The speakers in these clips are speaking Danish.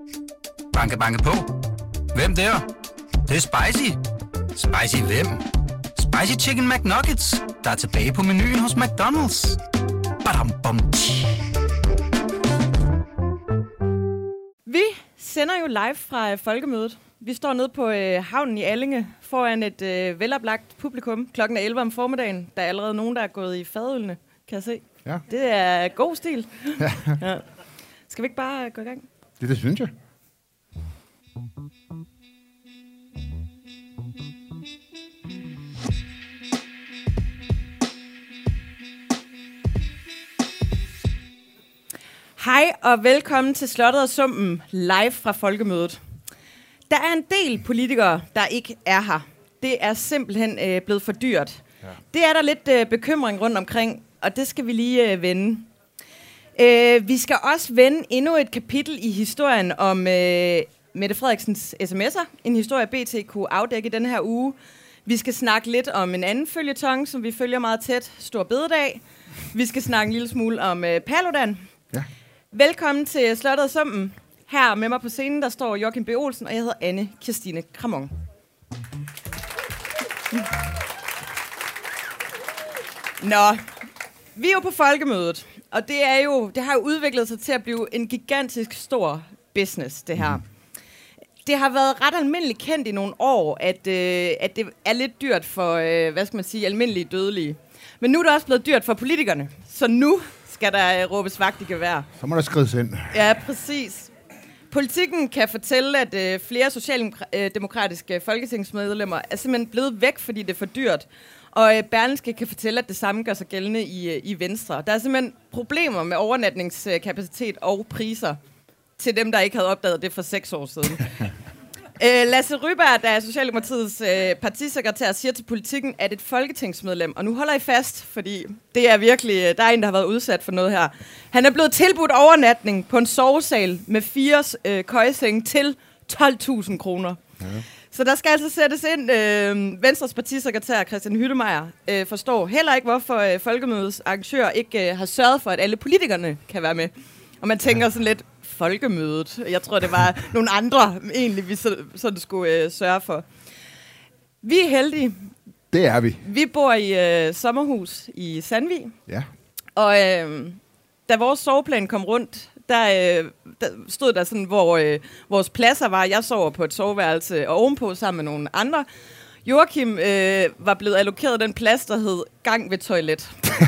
Banke, banke på. Hvem der? Det er spicy. Spicy hvem? Spicy Chicken McNuggets, der er tilbage på menuen hos McDonald's. Badum, bom, Vi sender jo live fra Folkemødet. Vi står nede på havnen i Allinge foran et veloplagt publikum. Klokken er 11 om formiddagen. Der er allerede nogen, der er gået i fadølene, kan jeg se. Ja. Det er god stil. Ja. Skal vi ikke bare gå i gang? Det synes jeg. Hej og velkommen til Slottet og Sumpen live fra Folkemødet. Der er en del politikere, der ikke er her. Det er simpelthen blevet for dyrt. Ja. Det er der lidt bekymring rundt omkring, og det skal vi lige vende. Vi skal også vende endnu et kapitel i historien om Mette Frederiksens sms'er. En historie, BT kunne afdække den her uge. Vi skal snakke lidt om en anden føljeton, som vi følger meget tæt. Stor bededag. Vi skal snakke en lille smule om Paludan. Ja. Velkommen til Slottet og Sumpen. Her med mig på scenen, der står Joachim B. Olsen, og jeg hedder Anne Kirstine Kramon. Nå, vi er jo på Folkemødet, og det har jo udviklet sig til at blive en gigantisk stor business, det her. Det har været ret almindeligt kendt i nogle år, at det er lidt dyrt for, almindelige dødelige. Men nu er det også blevet dyrt for politikerne, så nu skal der råbes vagt i gevær. Så må der skrides ind. Ja, præcis. Politikken kan fortælle, at flere socialdemokratiske folketingsmedlemmer er simpelthen blevet væk, fordi det er for dyrt. Og Berlingske kan fortælle, at det samme gør sig gældende i Venstre. Der er simpelthen problemer med overnatningskapacitet og priser til dem, der ikke havde opdaget det for 6 år siden. Lasse Ryberg, der er Socialdemokratiets partisekretær, siger til Politikken, at et folketingsmedlem, og nu holder I fast, fordi det er virkelig, der er en, der har været udsat for noget her. Han er blevet tilbudt overnatning på en sovesal med 4 køjesenge til 12.000 kroner. Ja. Så der skal altså sættes ind. Venstres partisekretær Christian Hyttemeier forstår heller ikke, hvorfor Folkemødets arrangør ikke har sørget for, at alle politikerne kan være med. Og man tænker sådan lidt, Folkemødet. Jeg tror, det var nogle andre, egentlig, vi sådan skulle sørge for. Vi er heldige. Det er vi. Vi bor i sommerhus i Sandvig. Ja. Og da vores soveplan kom rundt, der stod der sådan, hvor vores pladser var. Jeg sover på et soveværelse ovenpå sammen med nogle andre. Joachim var blevet allokeret den plads, der hed gang ved toilet.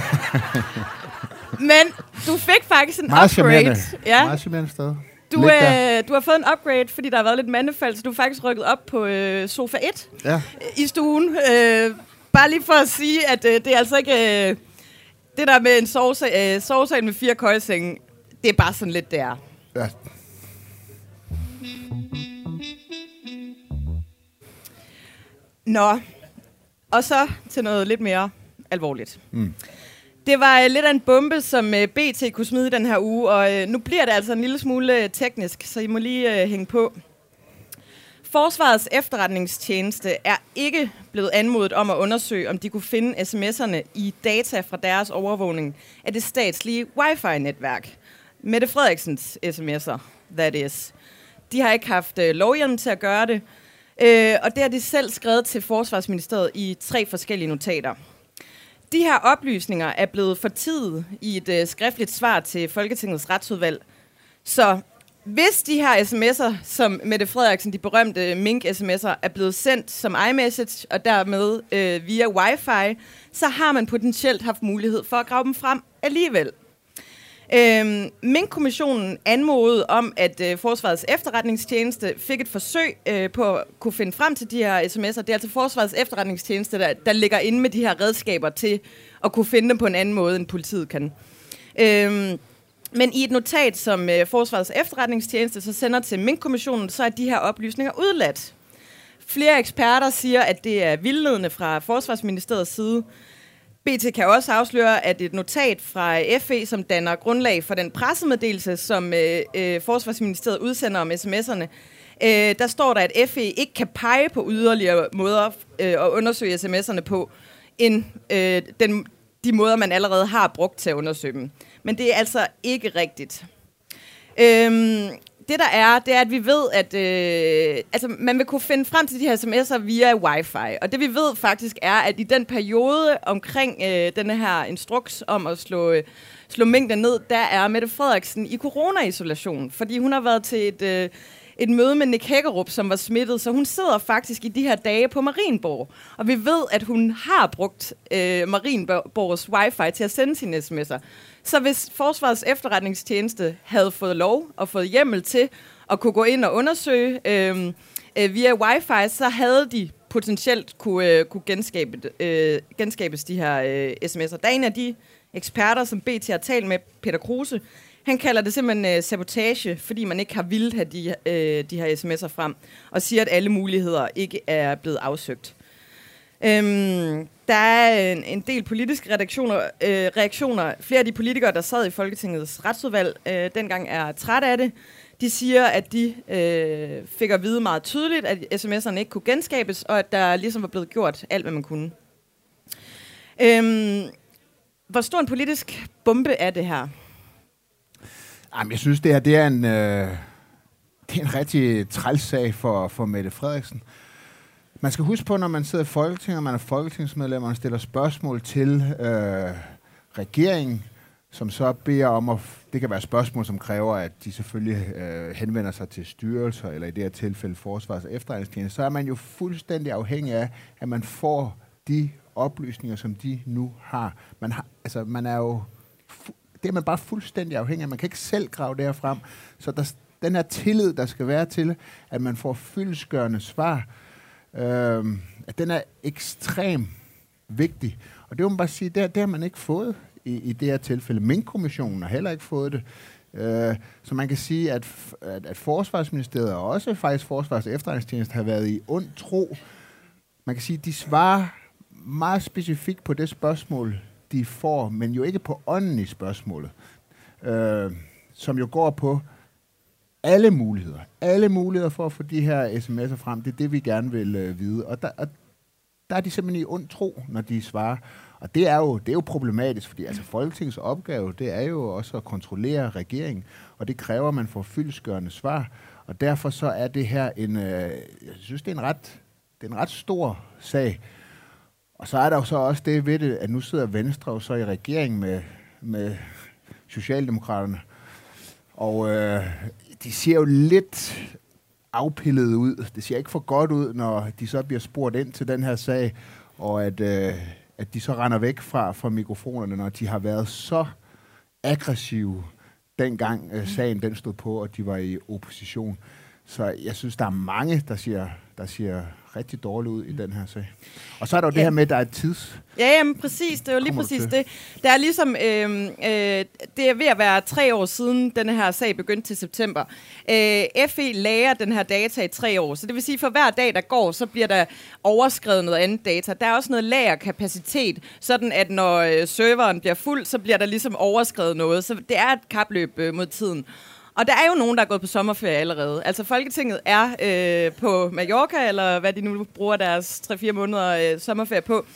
Men du fik faktisk en upgrade. Ja. Meget charmerende sted. Du har fået en upgrade, fordi der har været lidt mandefald, så du er faktisk rykket op på sofa 1 i stuen. Bare lige for at sige, at det er altså ikke det der med en sovesal med 4 køjesenge. Det er bare sådan lidt, det er. Ja. Nå, og så til noget lidt mere alvorligt. Det var lidt af en bombe, som BT kunne smide den her uge, og nu bliver det altså en lille smule teknisk, så I må lige hænge på. Forsvarets efterretningstjeneste er ikke blevet anmodet om at undersøge, om de kunne finde sms'erne i data fra deres overvågning af det statslige wifi-netværk. Mette Frederiksens sms'er, that is. De har ikke haft lovhjemmel til at gøre det, og det har de selv skrevet til Forsvarsministeriet i 3 forskellige notater. De her oplysninger er blevet fortiet i et skriftligt svar til Folketingets retsudvalg. Så hvis de her sms'er, som Mette Frederiksen, de berømte mink-sms'er, er blevet sendt som iMessage og dermed via wifi, så har man potentielt haft mulighed for at grave dem frem alligevel. Mink-kommissionen anmodede om, at Forsvarets efterretningstjeneste fik et forsøg på at kunne finde frem til de her sms'er. Det er altså Forsvarets efterretningstjeneste, der ligger inde med de her redskaber til at kunne finde dem på en anden måde, end politiet kan. Men i et notat, som Forsvarets efterretningstjeneste så sender til Mink-kommissionen, så er de her oplysninger udladt. Flere eksperter siger, at det er vildledende fra Forsvarsministeriets side. BT kan også afsløre, at et notat fra FE, som danner grundlag for den pressemeddelelse, som Forsvarsministeriet udsender om sms'erne, der står der, at FE ikke kan pege på yderligere måder at undersøge sms'erne på, end de måder, man allerede har brugt til at undersøge dem. Men det er altså ikke rigtigt. det der er, det er, at vi ved, at man vil kunne finde frem til de her sms'er via wifi. Og det vi ved faktisk er, at i den periode omkring denne her instruks om at slå mængden ned, der er Mette Frederiksen i corona-isolation. Fordi hun har været til et møde med Nick Hækkerup, som var smittet, så hun sidder faktisk i de her dage på Marienborg. Og vi ved, at hun har brugt Marienborgs wifi til at sende sine sms'er. Så hvis Forsvarets Efterretningstjeneste havde fået lov og fået hjemmel til at kunne gå ind og undersøge via wifi, så havde de potentielt kunne genskabes de her sms'er. Der er en af de eksperter, som BT har talt med, Peter Kruse. Han kalder det simpelthen sabotage, fordi man ikke har villet have de her sms'er frem, og siger, at alle muligheder ikke er blevet afsøgt. Der er en del politiske reaktioner. Flere af de politikere, der sad i Folketingets retsudvalg, dengang er trætte af det. De siger, at de fik at vide meget tydeligt, at sms'erne ikke kunne genskabes, og at der ligesom var blevet gjort alt, hvad man kunne. Hvor stor en politisk bombe er det her? Jamen, jeg synes, det er en rigtig træls sag for Mette Frederiksen. Man skal huske på, når man sidder i Folketinget, og man er folketingsmedlem, og man stiller spørgsmål til regeringen, som så beder om det kan være spørgsmål, som kræver, at de selvfølgelig henvender sig til styrelser, eller i det her tilfælde Forsvarets Efterretningstjeneste, så er man jo fuldstændig afhængig af, at man får de oplysninger, som de nu har. Man er jo det er man bare fuldstændig afhængig af. Man kan ikke selv grave det her frem. Så den her tillid, der skal være til, at man får fyldestgørende svar, at den er ekstremt vigtig. Og det må man bare sige, det har man ikke fået i det her tilfælde. Minkkommissionen har heller ikke fået det. Så man kan sige, at Forsvarsministeriet og også faktisk Forsvarets Efterretningstjeneste har været i ond tro. Man kan sige, at de svarer meget specifikt på det spørgsmål, de får, men jo ikke på ånden i spørgsmålet, som jo går på alle muligheder. Alle muligheder for at få de her sms'er frem, det er det, vi gerne vil vide. Og der er de simpelthen i ond tro, når de svarer. Og det er jo problematisk, fordi altså Folketingets opgave, det er jo også at kontrollere regeringen, og det kræver, at man får fyldestgørende svar. Og derfor så er det her jeg synes, det er en ret stor sag. Og så er der jo så også det ved det, at nu sidder Venstre jo så i regering med Socialdemokraterne. Og de ser jo lidt afpillet ud. Det ser ikke for godt ud, når de så bliver spurgt ind til den her sag, og at de så render væk fra mikrofonerne, når de har været så aggressive, dengang sagen den stod på, og de var i opposition. Så jeg synes, der er mange, der siger rigtig dårligt ud i den her sag. Og så er der jo det her med, at der er tids... Ja, jamen præcis. Det er jo lige præcis det. Der er ligesom... det er ved at være 3 år siden, denne her sag begyndte til september. FE lagrer den her data i 3 år. Så det vil sige, for hver dag, der går, så bliver der overskrevet noget andet data. Der er også noget lagerkapacitet, sådan at når serveren bliver fuld, så bliver der ligesom overskrevet noget. Så det er et kapløb mod tiden. Og der er jo nogen, der er gået på sommerferie allerede. Altså Folketinget er på Mallorca, eller hvad de nu bruger deres 3-4 måneder sommerferie på.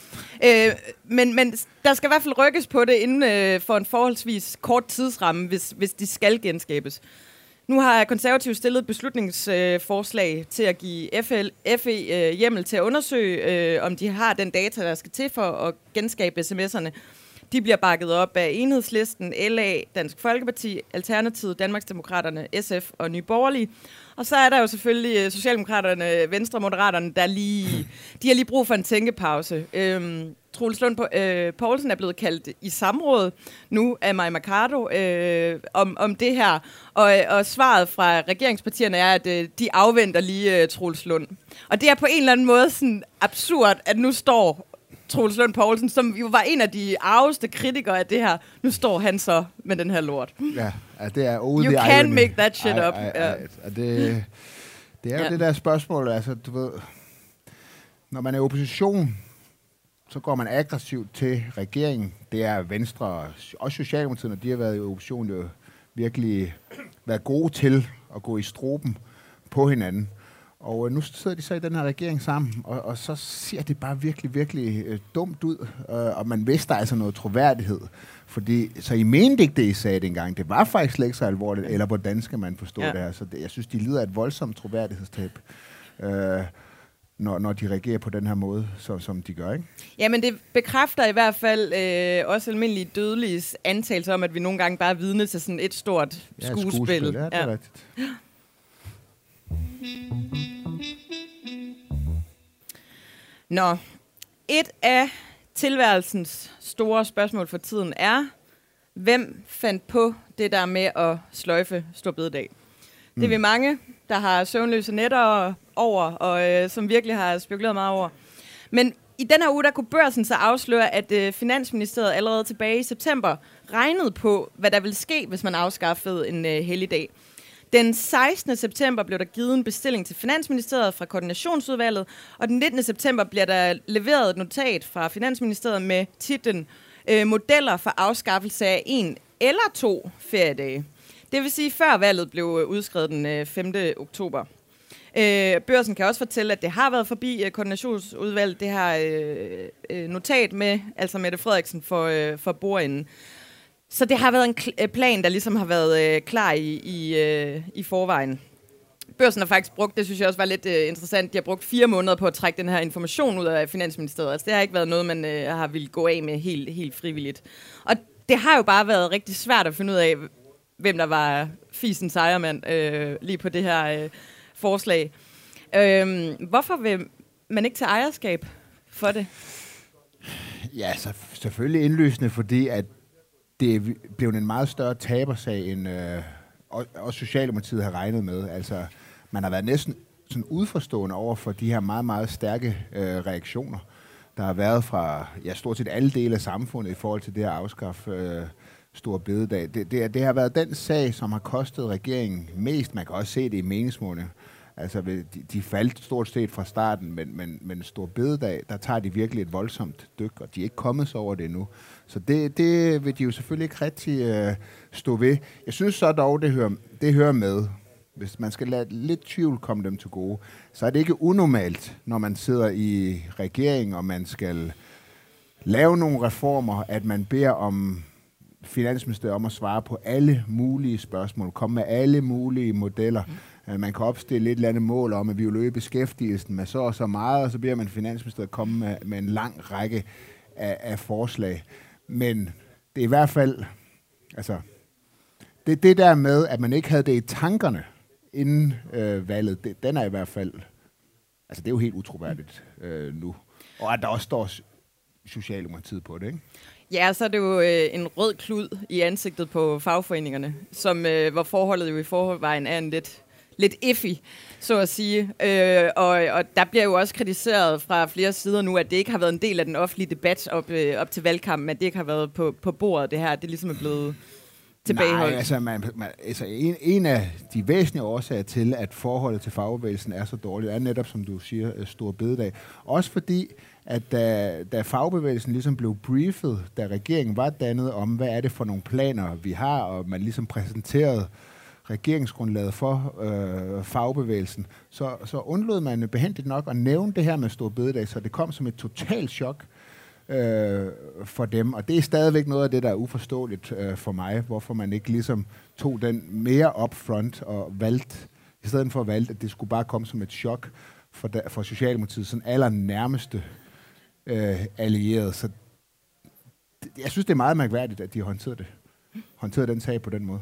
Men der skal i hvert fald rykkes på det inden for en forholdsvis kort tidsramme, hvis de skal genskabes. Nu har Konservative stillet et beslutningsforslag til at give FE hjemmel til at undersøge, om de har den data, der skal til for at genskabe sms'erne. De bliver bakket op af Enhedslisten, LA, Dansk Folkeparti, Alternativet, Danmarksdemokraterne, SF og Nye Borgerlige. Og så er der jo selvfølgelig Socialdemokraterne, Venstre, Moderaterne, de har lige brug for en tænkepause. Troels Lund Poulsen er blevet kaldt i samråd nu af Mai Mercado om det her. Og svaret fra regeringspartierne er, at de afventer lige Troels Lund. Og det er på en eller anden måde sådan absurd, at nu står Troels Lund Poulsen, som jo var en af de arveste kritikere af det her, nu står han så med den her lort. Ja, det er you can't make that shit up. Det er jo det der spørgsmål, altså du ved, når man er i opposition, så går man aggressivt til regeringen. Det er Venstre og også Socialdemokratiet, når de har været i opposition, jo virkelig været gode til at gå i struben på hinanden. Og nu sidder de så i den her regering sammen, og så ser det bare virkelig, virkelig dumt ud, og man mister altså noget troværdighed. Fordi, så I mente ikke det, I sagde dengang. Det var faktisk slet ikke så alvorligt, eller hvordan skal man forstå det her? Så jeg synes, de lider af et voldsomt troværdighedstab, når de reagerer på den her måde, som de gør, ikke? Ja, men det bekræfter i hvert fald også almindelige dødeliges antagelser om, at vi nogle gange bare er vidne til sådan et stort skuespil. Ja, det er rigtigt. Nå, et af tilværelsens store spørgsmål for tiden er, hvem fandt på det der med at sløjfe Store Bededag? Det er vi mange, der har søvnløse nætter over, og som virkelig har spekuleret meget over. Men i den her uge, der kunne Børsen så afsløre, at Finansministeriet allerede tilbage i september regnede på, hvad der ville ske, hvis man afskaffede en helligdag. Den 16. september blev der givet en bestilling til Finansministeriet fra Koordinationsudvalget, og den 19. september bliver der leveret et notat fra Finansministeriet med titlen Modeller for afskaffelse af 1 eller 2 feriedage. Det vil sige, før valget blev udskrevet den 5. oktober. Børsen kan også fortælle, at det har været forbi Koordinationsudvalget, det her notat med, altså Mette Frederiksen for bordenden. Så det har været en plan, der ligesom har været klar i forvejen. Børsen har faktisk brugt, det synes jeg også var lidt interessant, de har brugt 4 måneder på at trække den her information ud af Finansministeriet. Altså det har ikke været noget, man har ville gå af med helt frivilligt. Og det har jo bare været rigtig svært at finde ud af, hvem der var fisens ejermand lige på det her forslag. Hvorfor vil man ikke tage ejerskab for det? Ja, så selvfølgelig indlysende, fordi at det blev en meget større tabersag, end og Socialdemokratiet har regnet med. Altså, man har været næsten sådan udforstående over for de her meget, meget stærke reaktioner, der har været fra stort set alle dele af samfundet i forhold til det at afskaffe Store Bededag. Det har været den sag, som har kostet regeringen mest. Man kan også se det i meningsmålene. Altså, de faldt stort set fra starten, men Store Bededag, der tager de virkelig et voldsomt dyk, og de er ikke kommet så over det endnu. Så det vil de jo selvfølgelig ikke rigtig stå ved. Jeg synes så dog, det hører med. Hvis man skal lade lidt tvivl komme dem til gode, så er det ikke unormalt, når man sidder i regering, og man skal lave nogle reformer, at man beder om Finansministeriet om at svare på alle mulige spørgsmål, komme med alle mulige modeller. Man kan opstille et eller andet mål om, at vi vil øge beskæftigelsen med så og så meget, og så beder man Finansministeriet komme med en lang række af forslag. Men det er i hvert fald, altså, det der med, at man ikke havde det i tankerne inden valget, den er i hvert fald, altså det er jo helt utroværdigt nu. Og at der også står Socialdemokratiet på det, ikke? Ja, så er det jo en rød klud i ansigtet på fagforeningerne, hvor forholdet jo i forvejen er en lidt iffy, så at sige. Og der bliver jo også kritiseret fra flere sider nu, at det ikke har været en del af den offentlige debat op til valgkampen, at det ikke har været på bordet, det her. Det ligesom er blevet tilbageholdt. Nej, altså en af de væsentlige årsager til, at forholdet til fagbevægelsen er så dårligt, er netop, som du siger, Store Bededag. Også fordi, at da fagbevægelsen ligesom blev briefet, da regeringen var dannet om, hvad er det for nogle planer, vi har, og man ligesom præsenterede regeringsgrundlaget for fagbevægelsen, så undlod man behændigt nok at nævne det her med Store Bededag, så det kom som et totalt chok for dem. Og det er stadigvæk noget af det, der er uforståeligt for mig, hvorfor man ikke ligesom tog den mere upfront og valgte, i stedet for at valgte, at det skulle bare komme som et chok for Socialdemokratiet, sådan allernærmeste allierede. Så jeg synes, det er meget mærkværdigt, at de håndterede den sag på den måde.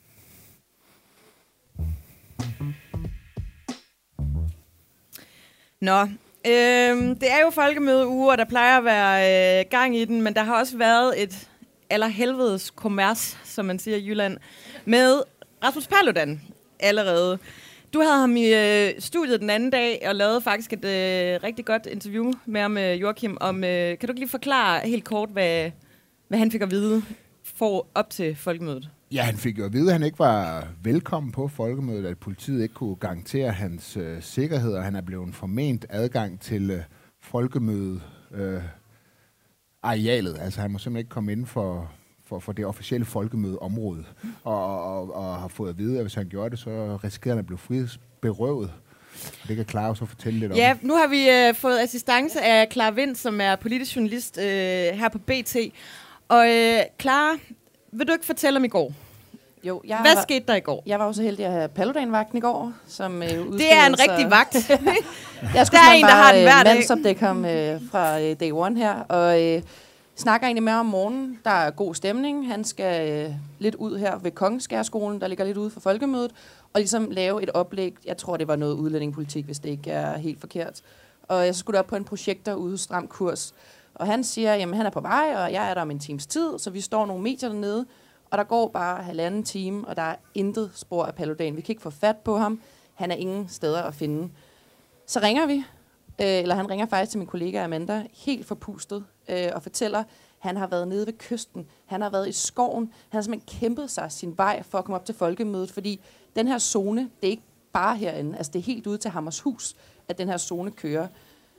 Nå, det er jo folkemødeuge, og der plejer at være gang i den, men der har også været et allerhelvedes kommers, som man siger i Jylland, med Rasmus Paludan allerede. Du havde ham i studiet den anden dag, og lavede faktisk et rigtig godt interview med ham, Joachim. Kan du ikke lige forklare helt kort, hvad han fik at vide for op til folkemødet? Ja, han fik jo at vide, at han ikke var velkommen på folkemødet, at politiet ikke kunne garantere hans sikkerhed, og han er blevet forment adgang til folkemødet arealet. Altså han må simpelthen ikke komme ind for det officielle folkemødeområde, og har fået at vide, at hvis han gjorde det, så risikerer han at blive frihedsberøvet. Det kan Clara så fortælle lidt om. Ja, nu har vi fået assistance af Clara Vind, som er politisk journalist her på BT. Og Clara, vil du ikke fortælle om i går? Jo, hvad skete der i går? Jeg var jo så heldig at have Paludan-vagten i går, som det er en rigtig vagt. Jeg skulle der har den hver dag. Mandsopdække ham fra day one her, og snakker egentlig med om morgenen. Der er god stemning. Han skal lidt ud her ved Kongeskærskolen, der ligger lidt ude for folkemødet, og ligesom lave et oplæg. Jeg tror, det var noget udlændingepolitik, hvis det ikke er helt forkert. Og jeg skulle op på en projekter ude hos Stram Kurs. Og han siger, jamen han er på vej, og jeg er der om en times tid, så vi står nogle meter dernede, og der går bare 1,5 time, og der er intet spor af Paludan. Vi kan ikke få fat på ham. Han er ingen steder at finde. Så ringer vi, eller han ringer faktisk til min kollega Amanda, helt forpustet, og fortæller, han har været nede ved kysten, han har været i skoven, han har simpelthen kæmpet sig sin vej for at komme op til folkemødet, fordi den her zone, det er ikke bare herinde, altså det er helt ude til Hammershus, at den her zone kører.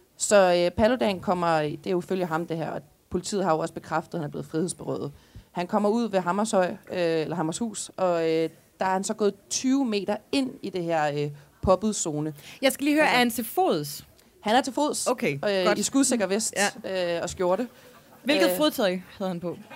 Så Paludan kommer, det er jo følge ham det her, og politiet har jo også bekræftet, at han er blevet frihedsberøvet. Han kommer ud ved eller Hammershus, og der er han så gået 20 meter ind i det her påbudszone. Jeg skal lige høre, er han til fods? Han er til fods, okay, i skudsikker vest og skjorte. Hvilket fodtøj havde han på?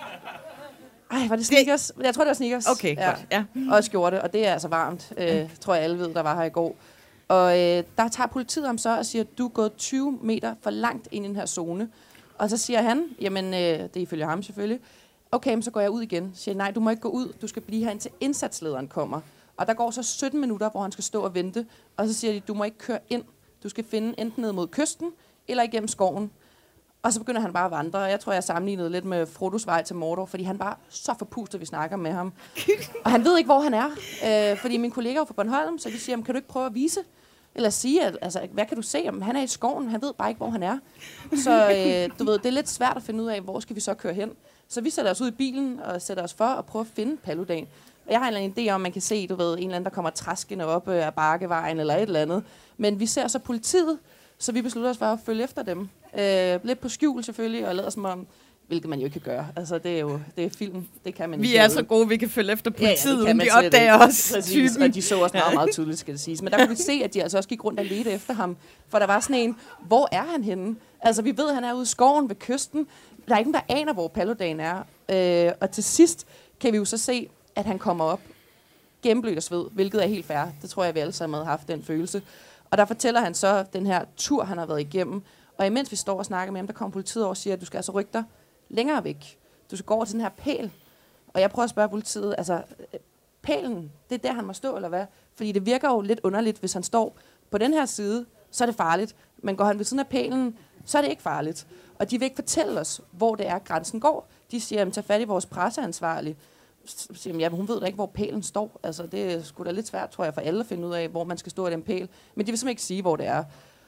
Ej, var det sneakers? Jeg tror, det var sneakers. Okay, godt. Ja. Og skjorte, og det er altså varmt. Tror jeg alle ved, der var her i går. Og der tager politiet ham så og siger, du er gået 20 meter for langt ind i den her zone. Og så siger han, jamen det er ifølge ham selvfølgelig, okay, så går jeg ud igen. Så siger nej, du må ikke gå ud, du skal blive her indtil indsatslederen kommer. Og der går så 17 minutter, hvor han skal stå og vente. Og så siger de, du må ikke køre ind. Du skal finde enten ned mod kysten, eller igennem skoven. Og så begynder han bare at vandre. Jeg tror, jeg sammenlignede lidt med Frodos vej til Mordor, fordi han bare så forpustet, vi snakker med ham. Og han ved ikke, hvor han er. Fordi min kollega er fra Bornholm, så vi siger, kan du ikke prøve at vise? Eller sige, at, altså, hvad kan du se? Jamen, han er i skoven, han ved bare ikke, hvor han er. Så du ved, det er lidt svært at finde ud af, hvor skal vi så køre hen. Så vi sætter os ud i bilen og sætter os for at prøve at finde Paludan. Og jeg har en eller anden idé om, man kan se, du ved, en eller anden, der kommer træskende op af Bakkevejen eller et eller andet. Men vi ser så politiet, så vi beslutter os for at følge efter dem. Lidt på skjul selvfølgelig, og lader som om, hvilket man jo ikke kan gøre. Altså, det er film, det kan man ikke. Vi er så gode, vi kan følge efter politiet, uden de opdager os. Typen. Og de så også meget, meget tydeligt, skal det siges. Men der kunne vi se, at de altså også gik rundt og ledte efter ham. For der var sådan en, hvor er han henne? Altså, vi ved, at han er ude i skoven ved kysten. Der er ikke nogen, der aner, hvor Paludan er. Og til sidst kan vi jo så se, at han kommer op gennemblødt og sved, hvilket er helt fair. Det tror jeg, vi alle sammen havde haft den følelse. Og der fortæller han så den her tur, han har været igennem. Og imens vi står og snakker med ham, der kommer politiet over og siger, at du skal altså rykke dig længere væk. Du skal gå over til den her pæl. Og jeg prøver at spørge politiet, altså pælen, det er der, han må stå, eller hvad? Fordi det virker jo lidt underligt, hvis han står på den her side, så er det farligt. Men går han ved siden af pælen, så er det ikke farligt. Og de vil ikke fortælle os, hvor det er, grænsen går. De siger, jamen, tag fat i vores presseansvarlige. Så siger, ja, hun ved da ikke, hvor pælen står. Altså, det er sgu da lidt svært, tror jeg, for alle at finde ud af, hvor man skal stå i den pæl. Men de vil simpelthen ikke sige, hvor det er.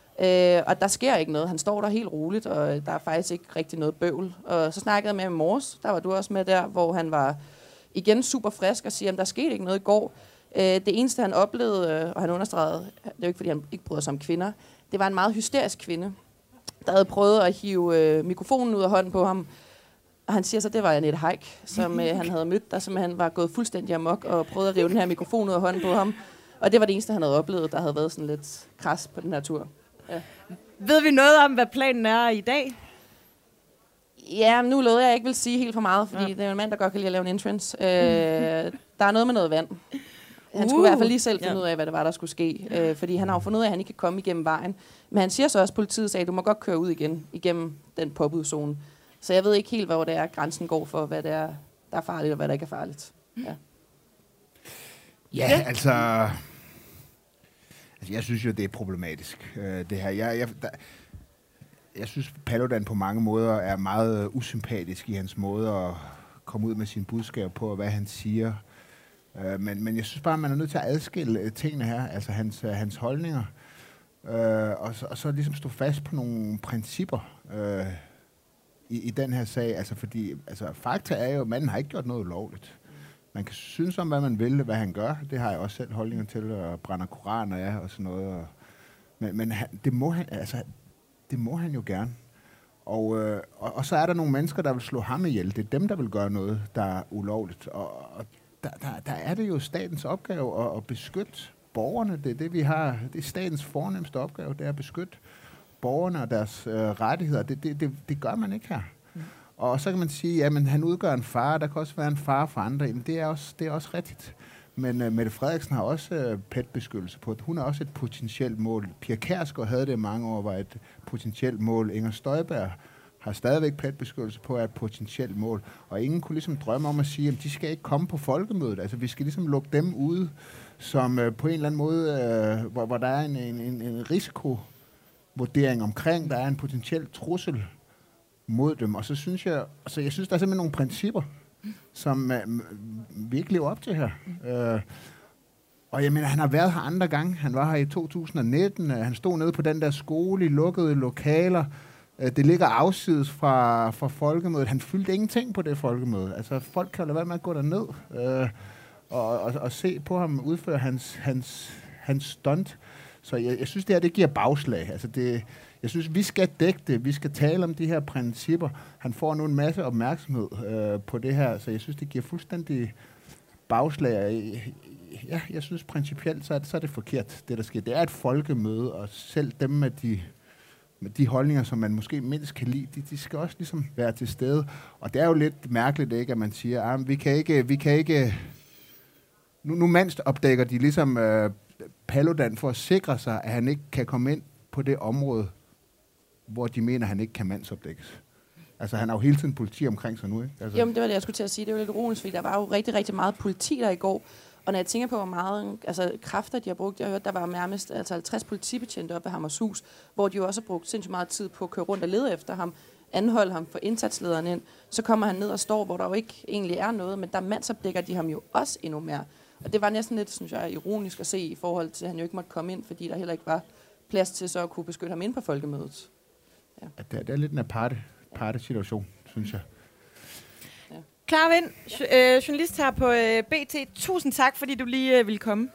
Og der sker ikke noget. Han står der helt roligt, og der er faktisk ikke rigtig noget bøvl. Og så snakkede jeg med ham i morges, der var du også med der, hvor han var igen super frisk og siger, at der skete ikke noget i går. Det eneste, han oplevede, og han understregede, det er jo ikke, fordi han ikke bryder sig om kvinder, det var en meget hysterisk kvinde, der havde prøvet at hive mikrofonen ud af hånden på ham. Og han siger så, det var Annette Haik, som han havde mødt, der simpelthen var gået fuldstændig amok og prøvede at rive den her mikrofon ud af hånden på ham. Og det var det eneste, han havde oplevet, der havde været sådan lidt kras på den her tur. Ja. Ved vi noget om, hvad planen er i dag? Ja, nu lovede jeg ikke vil sige helt for meget, fordi det er en mand, der godt kan lide at lave en entrance. Der er noget med noget vand. Han skulle i hvert fald lige selv finde ud af, hvad det var, der skulle ske. Fordi han har jo fundet ud af, at han ikke kan komme igennem vejen. Men han siger så også, at politiet sagde, at du må godt køre ud igen igennem den påbudszone. Så jeg ved ikke helt, hvor det er, grænsen går for, hvad det er, der er farligt, og hvad der ikke er farligt. Ja, altså jeg synes jo, det er problematisk, det her. Jeg synes, Paludan på mange måder er meget usympatisk i hans måde at komme ud med sine budskaber på, og hvad han siger. Men jeg synes bare, man er nødt til at adskille tingene her, altså hans holdninger, og så ligesom stå fast på nogle principper i den her sag. Altså fordi, fakta er jo, at manden har ikke gjort noget ulovligt. Man kan synes om, hvad man vil, hvad han gør. Det har jeg også selv holdninger til, at brænde koraner og sådan noget. Men det må han jo gerne. Og så er der nogle mennesker, der vil slå ham ihjel. Det er dem, der vil gøre noget, der er ulovligt. Og der er det jo statens opgave at beskytte borgerne. Det er det, vi har. Det er statens fornemmeste opgave, det er at beskytte borgerne og deres rettigheder. Det gør man ikke her. Og så kan man sige, at han udgør en fare. Der kan også være en fare for andre. Jamen, det er også rigtigt. Men Mette Frederiksen har også PET-beskyttelse på. Hun er også et potentielt mål. Pia Kjærsgaard havde det i mange år, var et potentielt mål. Inger Støjberg har stadigvæk PET-beskyttelse på, er et potentielt mål. Og ingen kunne ligesom drømme om at sige, at de skal ikke komme på folkemødet. Altså, vi skal ligesom lukke dem ude, som på en eller anden måde, hvor der er en risikovurdering omkring, der er en potentiel trussel mod dem. Og så synes jeg, der er simpelthen nogle principper, som vi ikke lever op til her. Og jeg mener, han har været her andre gange. Han var her i 2019. Han stod nede på den der skole i lukkede lokaler. Det ligger afsides fra folkemødet. Han fyldte ingenting på det folkemøde. Altså, folk kan jo lade være med at gå derned og se på ham udføre hans stunt. Så jeg synes, det giver bagslag. Altså, jeg synes, vi skal dække det. Vi skal tale om de her principper. Han får nu en masse opmærksomhed på det her, så jeg synes, det giver fuldstændig bagslag. Ja, jeg synes principielt, så er det forkert, det der sker. Det er et folkemøde, og selv dem med de holdninger, som man måske mindst kan lide, de skal også ligesom være til stede. Og det er jo lidt mærkeligt, ikke, at man siger, at vi kan ikke. Nu mandsopdækker de ligesom Paludan for at sikre sig, at han ikke kan komme ind på det område, hvor de mener, at han ikke kan mandsopdækkes. Altså, han har jo hele tiden politi omkring sig nu, ikke? Altså. Jamen, det var det, jeg skulle til at sige. Det var lidt ironisk, fordi der var jo rigtig, rigtig meget politi der i går. Og når jeg tænker på, hvor meget kræfter de har brugt, jeg har hørt, der var nærmest 50 politibetjente oppe ved Hammershus, hvor de jo også har brugt sindssygt meget tid på at køre rundt og lede efter ham, anholde ham for indsatslederen ind. Så kommer han ned og står, hvor der jo ikke egentlig er noget, men der mandsopdækker de ham jo også endnu mere. Og det var næsten lidt, synes jeg, ironisk at se i forhold til, at han jo ikke måtte komme ind, fordi der heller ikke var plads til så at kunne beskytte ham ind på folkemødet. Ja. Det er lidt en aparte situation, synes jeg. Ja. Clara Vind, journalist her på BT. Tusind tak, fordi du lige ville komme.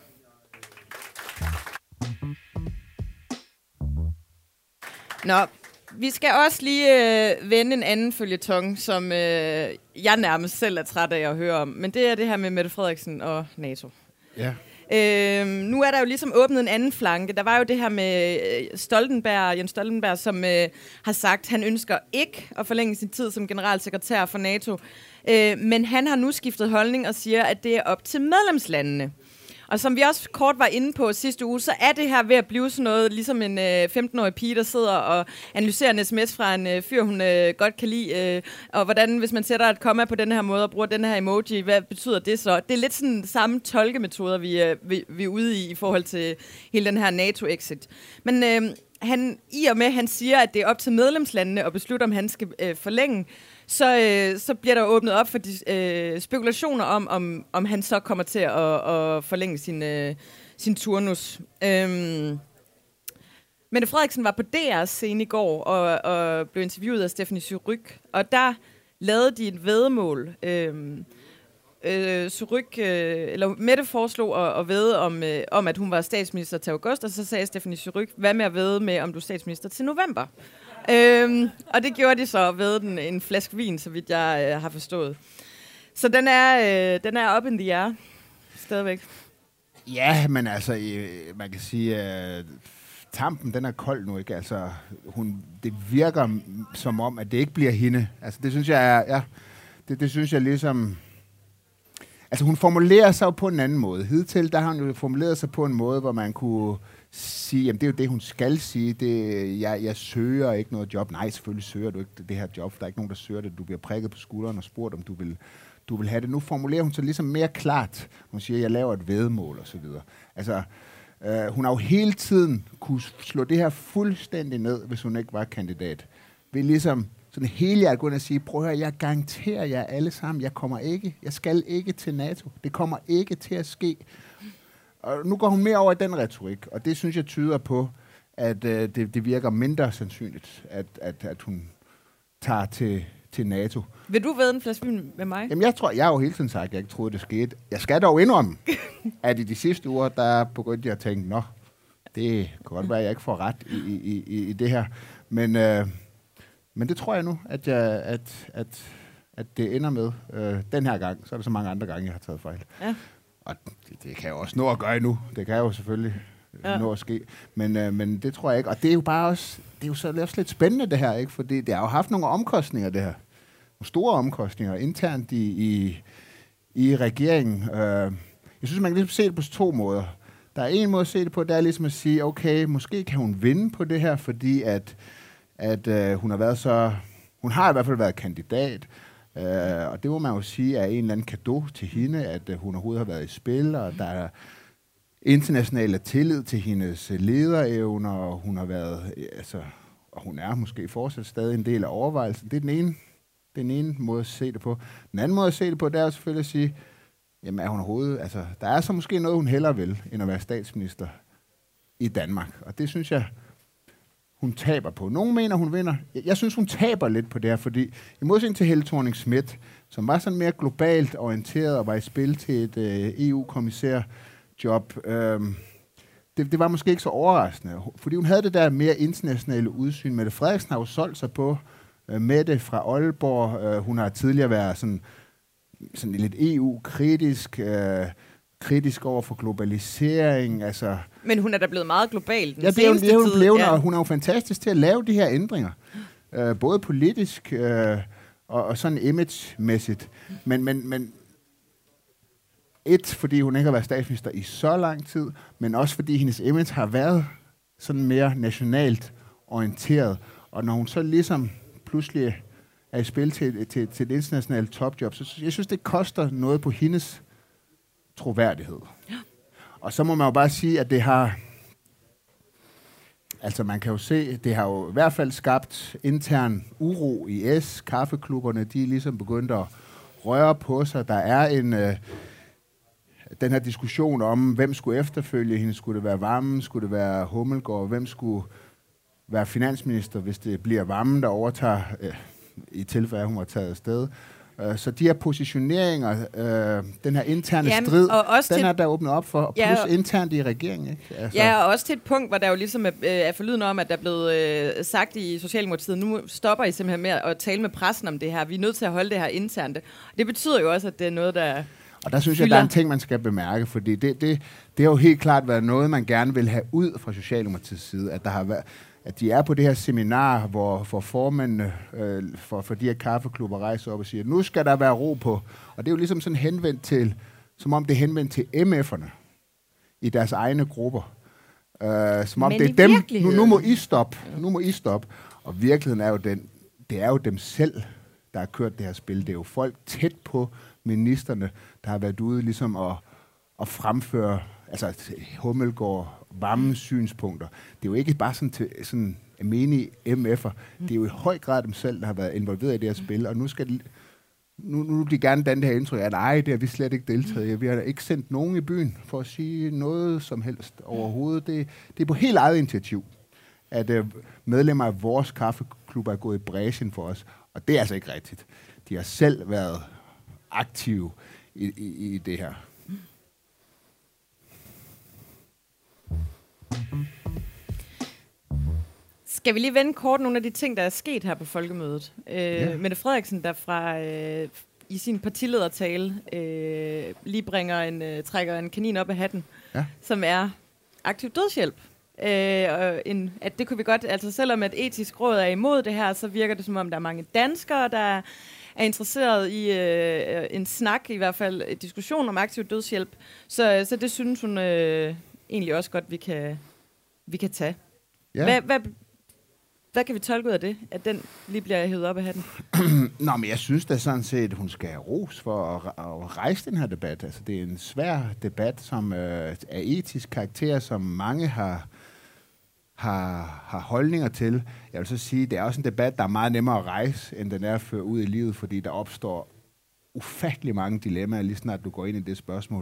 Nå, vi skal også lige vende en anden føljeton, som jeg nærmest selv er træt af at høre om. Men det er det her med Mette Frederiksen og NATO. Ja. Nu er der jo ligesom åbnet en anden flanke. Der var jo det her med Jens Stoltenberg, som har sagt, at han ønsker ikke at forlænge sin tid som generalsekretær for NATO. Men han har nu skiftet holdning og siger, at det er op til medlemslandene. Og som vi også kort var inde på sidste uge, så er det her ved at blive sådan noget, ligesom en 15-årig pige, der sidder og analyserer en sms fra en fyr, hun godt kan lide. Og hvordan, hvis man sætter et komma på den her måde og bruger den her emoji, hvad betyder det så? Det er lidt sådan samme tolkemetoder, vi er ude i forhold til hele den her NATO-exit. Men i og med, at han siger, at det er op til medlemslandene at beslutte, om han skal forlænge, så bliver der åbnet op for spekulationer om han så kommer til at forlænge sin turnus. Mette Frederiksen var på DR's scene i går og blev interviewet af Stephanie Surrugue, og der lavede de et væddemål. Mette foreslog at vædde om, at hun var statsminister til august, og så sagde Stephanie Surrugue, hvad med at vædde med, om du er statsminister til november? Og det gjorde de så ved en flaske vin, så vidt jeg har forstået. Så den er up in the air stadigvæk. Ja, men altså, man kan sige, tampen, den er kold nu, ikke? Altså, det virker som om, at det ikke bliver hende. Altså, det synes jeg det synes jeg ligesom. Altså, hun formulerer sig på en anden måde. Hidtil, der har hun jo formuleret sig på en måde, hvor man kunne sige, jamen det er jo det, hun skal sige. Jeg søger ikke noget job. Nej, selvfølgelig søger du ikke det her job, for der er ikke nogen, der søger det. Du bliver prikket på skulderen og spurgt, om du vil have det. Nu formulerer hun sig ligesom mere klart. Hun siger, jeg laver et væddemål og så videre. Altså, hun har jo hele tiden kunne slå det her fuldstændig ned, hvis hun ikke var kandidat. Ved ligesom sådan hele jeg gå ind og sige, prøv at høre, jeg garanterer jer alle sammen, jeg skal ikke til NATO. Det kommer ikke til at ske. Og nu går hun mere over i den retorik, og det synes jeg tyder på, at det virker mindre sandsynligt, at hun tager til NATO. Vil du vædde en flaske vin med mig? Jamen jeg har jo hele tiden sagt, at jeg ikke troede, det skete. Jeg skal dog indrømme, at i de sidste uger, der begyndte jeg at tænke, det kan godt være, at jeg ikke får ret i det her. Men det tror jeg nu, at det ender med den her gang. Så er der så mange andre gange, jeg har taget fejl. Ja. Og det kan jo også nå at gøre endnu. Det kan jo selvfølgelig nå at ske. Men det tror jeg ikke. Og det er jo bare også, det er jo så også lidt spændende det her, ikke? Fordi det har jo haft nogle omkostninger, det her. Nogle store omkostninger internt i regeringen. Jeg synes, man kan ligesom se det på 2 måder. Der er en måde at se det på, det er ligesom at sige, okay, måske kan hun vinde på det her, fordi at hun har været så... Hun har i hvert fald været kandidat, og det må man jo sige er en eller anden cadeau til hende, at hun overhovedet har været i spil, og der er international tillid til hendes lederevner, og hun har været, og hun er måske fortsat stadig en del af overvejelsen. Det er den ene måde at se det på. Den anden måde at se det på, det er selvfølgelig at sige, jamen er hun overhovedet, der er så måske noget, hun hellere vil, end at være statsminister i Danmark. Og det synes jeg, hun taber på. Nogle mener, hun vinder. Jeg synes, hun taber lidt på det her, fordi i modsætning til Helle Thorning-Schmidt, som var sådan mere globalt orienteret og var i spil til et EU-kommissærjob, det var måske ikke så overraskende, fordi hun havde det der mere internationale udsyn. Mette Frederiksen har jo solgt sig på Mette fra Aalborg. Hun har tidligere været sådan lidt EU-kritisk, kritisk over for globalisering. Men hun er da blevet meget global den seneste tid. Ja, det er hun blevet, og hun er jo fantastisk til at lave de her ændringer. Både politisk og sådan image-mæssigt. Men fordi hun ikke har været statsminister i så lang tid, men også fordi hendes image har været sådan mere nationalt orienteret. Og når hun så ligesom pludselig er i spil til et internationalt topjob, så jeg synes, det koster noget på hendes troværdighed. Ja. Og så må man jo bare sige, at det har... man kan jo se, det har jo i hvert fald skabt intern uro i kaffeklubberne. De er ligesom begyndt at røre på sig. Der er den her diskussion om, hvem skulle efterfølge hende. Skulle det være Wammen? Skulle det være Hummelgaard? Hvem skulle være finansminister, hvis det bliver Wammen, der overtager, i tilfælde, hun var taget afsted? Så de her positioneringer, den her interne strid, den er der åbnet op for, plus internt i regeringen. Ikke? Ja, og også til et punkt, hvor der jo ligesom er forlydende om, at der er blevet sagt i Socialdemokratiet, nu stopper I simpelthen med at tale med pressen om det her. Vi er nødt til at holde det her internt. Det betyder jo også, at det er noget, der... Og der synes jeg, der er en ting, man skal bemærke, fordi det har jo helt klart været noget, man gerne vil have ud fra Socialdemokratiets side, at der har været... at de er på det her seminar, hvor formændene for de her kaffeklubber rejser op og siger, nu skal der være ro på. Og det er jo ligesom sådan henvendt til, som om det er henvendt til MF'erne i deres egne grupper. Som om det er dem, nu må I stoppe. Nu må I stoppe. Og virkeligheden er jo det er jo dem selv, der har kørt det her spil. Det er jo folk tæt på ministerne, der har været ude ligesom at fremføre, Hummelgaard, Wammens synspunkter. Det er jo ikke bare sådan almindelige MF'er. Det er jo i høj grad dem selv, der har været involveret i det her spil, og nu de gerne danne det her indtryk, at nej, det har vi slet ikke deltaget i. Vi har ikke sendt nogen i byen for at sige noget som helst overhovedet. Det er på helt eget initiativ, at medlemmer af vores kaffeklub er gået i bræschen for os, og det er altså ikke rigtigt. De har selv været aktive i det her. Skal vi lige vende kort nogle af de ting, der er sket her på folkemødet? Mette Frederiksen, der i sin partiledertale lige trækker en kanin op af hatten, som er aktiv dødshjælp. At det kunne vi godt, selvom at etisk råd er imod det her, så virker det som om, der er mange danskere, der er interesseret i en snak, i hvert fald en diskussion om aktiv dødshjælp. Så det synes hun egentlig også godt, vi kan tage. Ja. Hvad kan vi tolke ud af det, at den lige bliver hævet op af hatten? Nå, men jeg synes da sådan set, at hun skal have ros for at rejse den her debat. Det er en svær debat, som er etisk karakter, som mange har holdninger til. Jeg vil så sige, at det er også en debat, der er meget nemmere at rejse, end den er at føre ud i livet, fordi der opstår ufattelig mange dilemmaer, lige snart du går ind i det spørgsmål.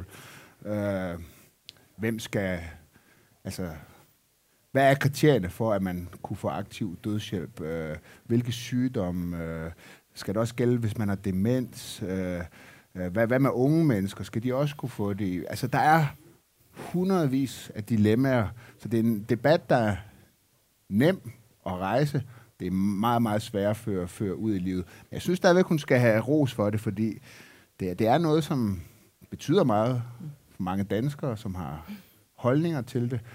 Hvem skal... Hvad er kriterierne for, at man kunne få aktiv dødshjælp? Hvilke sygdomme? Skal det også gælde, hvis man har demens? Hvad med unge mennesker? Skal de også kunne få det? Der er hundredvis af dilemmaer. Så det er en debat, der er nem at rejse. Det er meget, meget svært at føre ud i livet. Men jeg synes stadigvæk, hun skal have ros for det, fordi det er noget, som betyder meget for mange danskere, som har holdninger til det.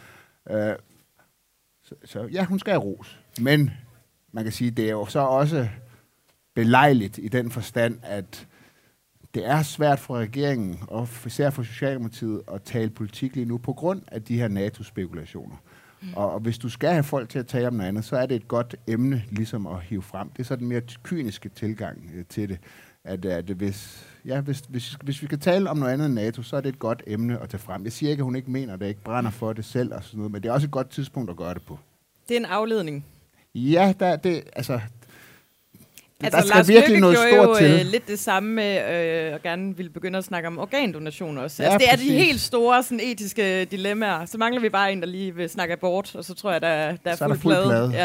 Så ja, hun skal have ros. Men man kan sige, det er jo så også belejligt i den forstand, at det er svært for regeringen, og især for Socialdemokratiet, at tale politik lige nu på grund af de her NATO-spekulationer. Og hvis du skal have folk til at tale om noget andet, så er det et godt emne ligesom at hive frem. Det er så den mere kyniske tilgang til det, at hvis vi kan tale om noget andet end NATO, så er det et godt emne at tage frem. Jeg siger ikke, at hun ikke mener det, ikke brænder for det selv og sådan noget, men det er også et godt tidspunkt at gøre det på. Det er en afledning. Ja, der Lars Løkke gjorde jo lidt det samme med at gerne ville begynde at snakke om organdonation også. Altså, det er de helt store sådan, etiske dilemmaer. Så mangler vi bare en, der lige vil snakke abort, og så tror jeg, der er fuld plade. Ja.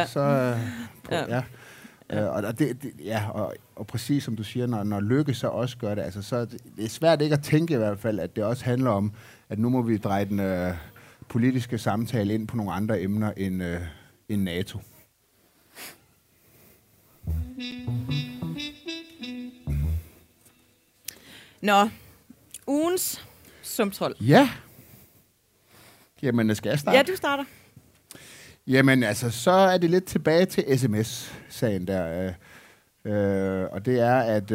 Og præcis som du siger, når Løkke så også gør det, altså, så det er svært ikke at tænke i hvert fald, at det også handler om, at nu må vi dreje den politiske samtale ind på nogle andre emner end NATO. Nå, ugens sumtrol. Ja. Jamen, skal jeg starte? Ja, du starter. Jamen, altså, så er det lidt tilbage til SMS-sagen der. Og det er, at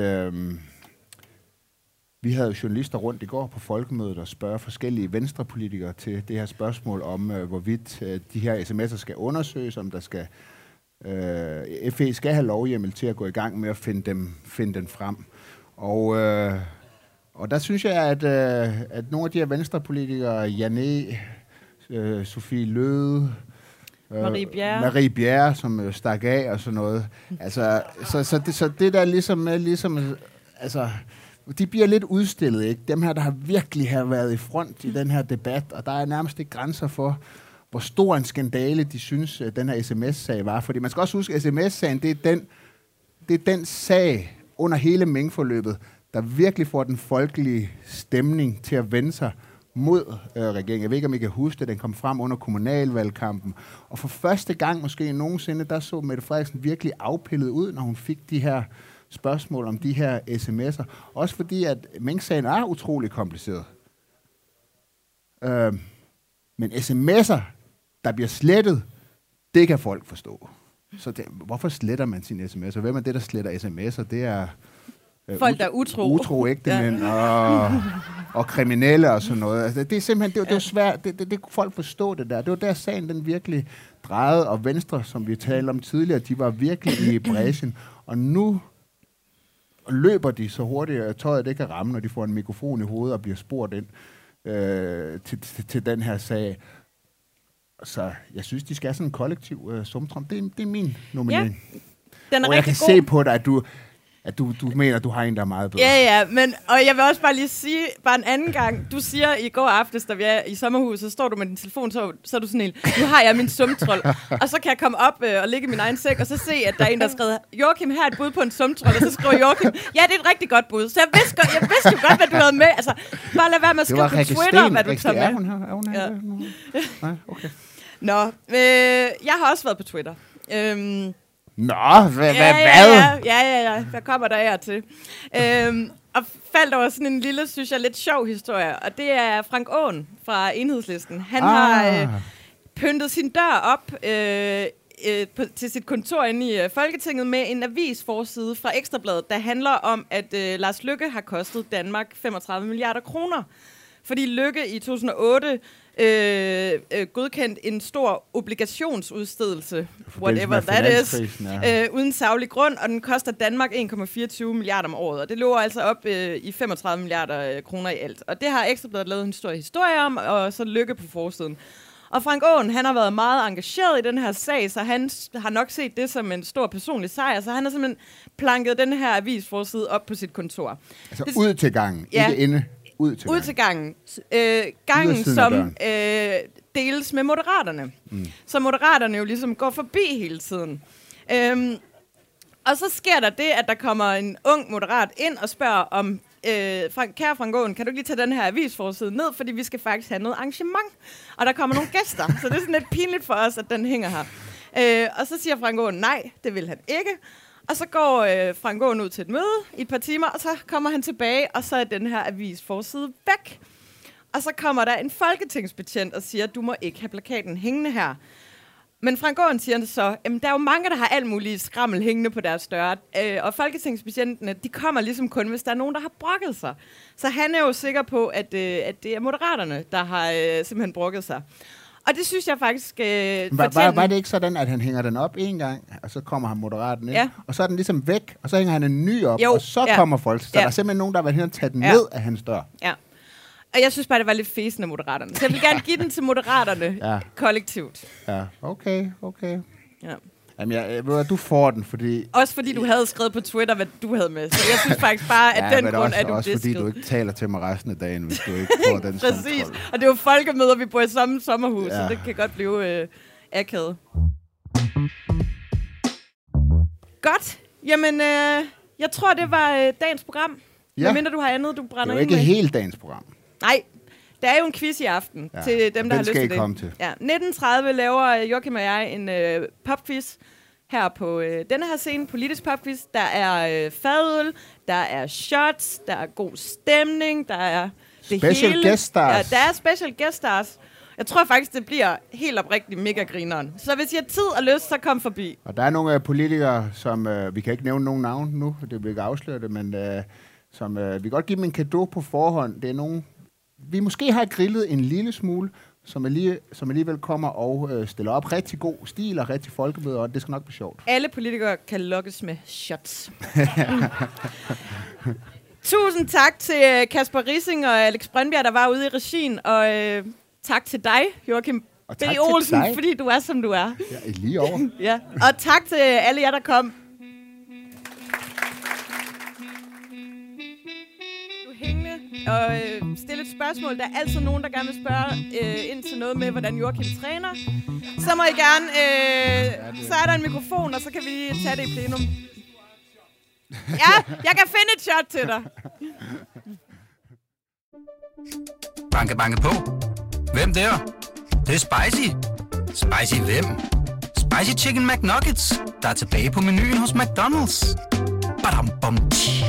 vi havde journalister rundt i går på folkemødet og spørge forskellige venstrepolitikere til det her spørgsmål om, hvorvidt de her sms'er skal undersøges, om der skal FE skal have lovhjemmel til at gå i gang med at finde dem frem. Og der synes jeg, at nogle af de her venstrepolitikere, Janné, Sofie Løde, Marie Bjerre, som stak af og sådan noget. Altså, så det der ligesom altså, de bliver lidt udstillet, ikke? Dem her, der har virkelig været i front i den her debat, og der er nærmest ikke grænser for, hvor stor en skandale de synes, den her sms-sag var. Fordi man skal også huske, at sms-sagen, det er den sag under hele minkforløbet, der virkelig får den folkelige stemning til at vende sig mod regeringen. Jeg ved ikke, om I kan huske det. Den kom frem under kommunalvalgkampen. Og for første gang måske nogensinde, der så Mette Frederiksen virkelig afpillet ud, når hun fik de her spørgsmål om de her sms'er. Også fordi, at minksagen er utrolig kompliceret. Men sms'er, der bliver slettet, det kan folk forstå. Så hvorfor sletter man sine sms'er? Hvem er det, der sletter sms'er? Det er folk, der er utro. Utro ægtemænd og kriminelle og sådan noget. Altså, det er simpelthen, det var svært. Det kunne folk forstå det der. Det var der sagen, den virkelig drejede. Og Venstre, som vi talte om tidligere, de var virkelig i bræschen. Og nu løber de så hurtigt, at tøjet det kan ramme, når de får en mikrofon i hovedet og bliver spurgt ind til den her sag. Så jeg synes, de skal have sådan en kollektiv sumtrum. Det er min nominering. Ja, den er og jeg kan god. se på dig, at du mener, at du har en, der er meget bedre. Ja, og jeg vil også bare lige sige, bare en anden gang, du siger i går aftes, da vi er i sommerhuset, så står du med din telefon, så er du sådan en, nu har jeg min sumtrol, og så kan jeg komme op og ligge i min egen sæk, og så se, at der er en, der har skrevet, Joachim, her er et bud på en sumtrol, og så skriver Joachim, ja, det er et rigtig godt bud. Så jeg vidste jo godt, hvad du havde med. Altså, bare lad være med at skrive på Twitter, hvad du tager med. Er hun her? Nej, okay. Nå, jeg har også været på Twitter. Hvad? Ja. Hvad kommer der her til? Og faldt over sådan en lille, synes jeg, lidt sjov historie. Og det er Frank Aaen fra Enhedslisten. Han har pyntet sin dør op til sit kontor inde i Folketinget med en avisforside fra Ekstra Bladet, der handler om, at Lars Løkke har kostet Danmark 35 milliarder kroner. Fordi Løkke i 2008 godkendt en stor obligationsudstedelse, whatever that is, uden saglig grund, og den koster Danmark 1,24 milliarder om året, og det lå altså op i 35 milliarder kroner i alt. Og det har Ekstra Bladet lavet en stor historie om, og så Løkke på forsiden. Og Frank Aaen, han har været meget engageret i den her sag, så han har nok set det som en stor personlig sejr, så han har simpelthen planket den her avisforside op på sit kontor. Altså ud til gangen, ikke inde. Ud til gangen. Gangen, som deles med Moderaterne. Så Moderaterne jo ligesom går forbi hele tiden. Og så sker der det, at der kommer en ung moderat ind og spørger om, kære Frank Aaen, kan du ikke lige tage den her avisforside ned, fordi vi skal faktisk have noget arrangement. Og der kommer nogle gæster, så det er sådan lidt pinligt for os, at den hænger her. Og så siger Frank Aaen, nej, det vil han ikke. Og så går Frank Aaen ud til et møde i et par timer, og så kommer han tilbage, og så er den her avisforside væk. Og så kommer der en folketingsbetjent og siger, du må ikke have plakaten hængende her. Men Frank Aaen siger så, der er jo mange, der har alt muligt skrammel hængende på deres døre. Og folketingsbetjentene, de kommer ligesom kun, hvis der er nogen, der har brokket sig. Så han er jo sikker på, at det er Moderaterne, der har simpelthen brokket sig. Og det synes jeg faktisk var det ikke sådan, at han hænger den op en gang, og så kommer han Moderaten ind, og så er den ligesom væk, og så hænger han en ny op, og så kommer folk. Så der er simpelthen nogen, der har været hen og taget den ned af hans dør. Ja. Og jeg synes bare, det var lidt fæsende af Moderaterne. Så jeg vil gerne give den til Moderaterne kollektivt. Ja, okay. Ja. Jamen, du får den, fordi... Også fordi du havde skrevet på Twitter, hvad du havde med. Så jeg synes faktisk bare, at den grund er du også fordi du ikke taler til mig resten af dagen, hvis du ikke får den Præcis. Kontrol. Og det er jo folkemøder, vi bor i samme sommerhus, så det kan godt blive akavet. Godt. Jamen, jeg tror, det var dagens program. Ja. Medmindre du har andet, du brænder ind med. Det er jo ikke helt dagens program. Nej. Der er jo en quiz i aften til dem, der har lyst til det. Komme til. Ja. 19:30 laver Joachim og jeg en popquiz her på denne her scene, politisk popquiz. Der er fadøl, der er shots, der er god stemning, der er det special hele. Guest stars. Ja, der er special guest stars. Jeg tror faktisk, det bliver helt oprigtigt mega grineren. Så hvis I har tid og lyst, så kom forbi. Og der er nogle politikere, som vi kan ikke nævne nogen navn nu, det vil ikke afsløre det, men som vi kan godt give dem en cadeau på forhånd. Det er nogen, vi måske har grillet en lille smule, som alligevel kommer og stiller op rigtig god stil og rigtig folkemøder, og det skal nok blive sjovt. Alle politikere kan lokkes med shots. Tusind tak til Kasper Rissing og Alex Brøndbjerg, der var ude i regien, og tak til dig, Joachim B. Olsen, fordi du er, som du er. Ja, lige over. Ja. Og tak til alle jer, der kom. Og stille et spørgsmål. Der er altid nogen, der gerne vil spørge ind til noget med, hvordan Joachim træner. Så må I gerne... så er der en mikrofon, og så kan vi tage det i plenum. Ja, jeg kan finde et shot til dig. Banke, banke på. Hvem der? Det er spicy. Spicy hvem? Spicy Chicken McNuggets, der er tilbage på menuen hos McDonald's. Badum, bom, tji.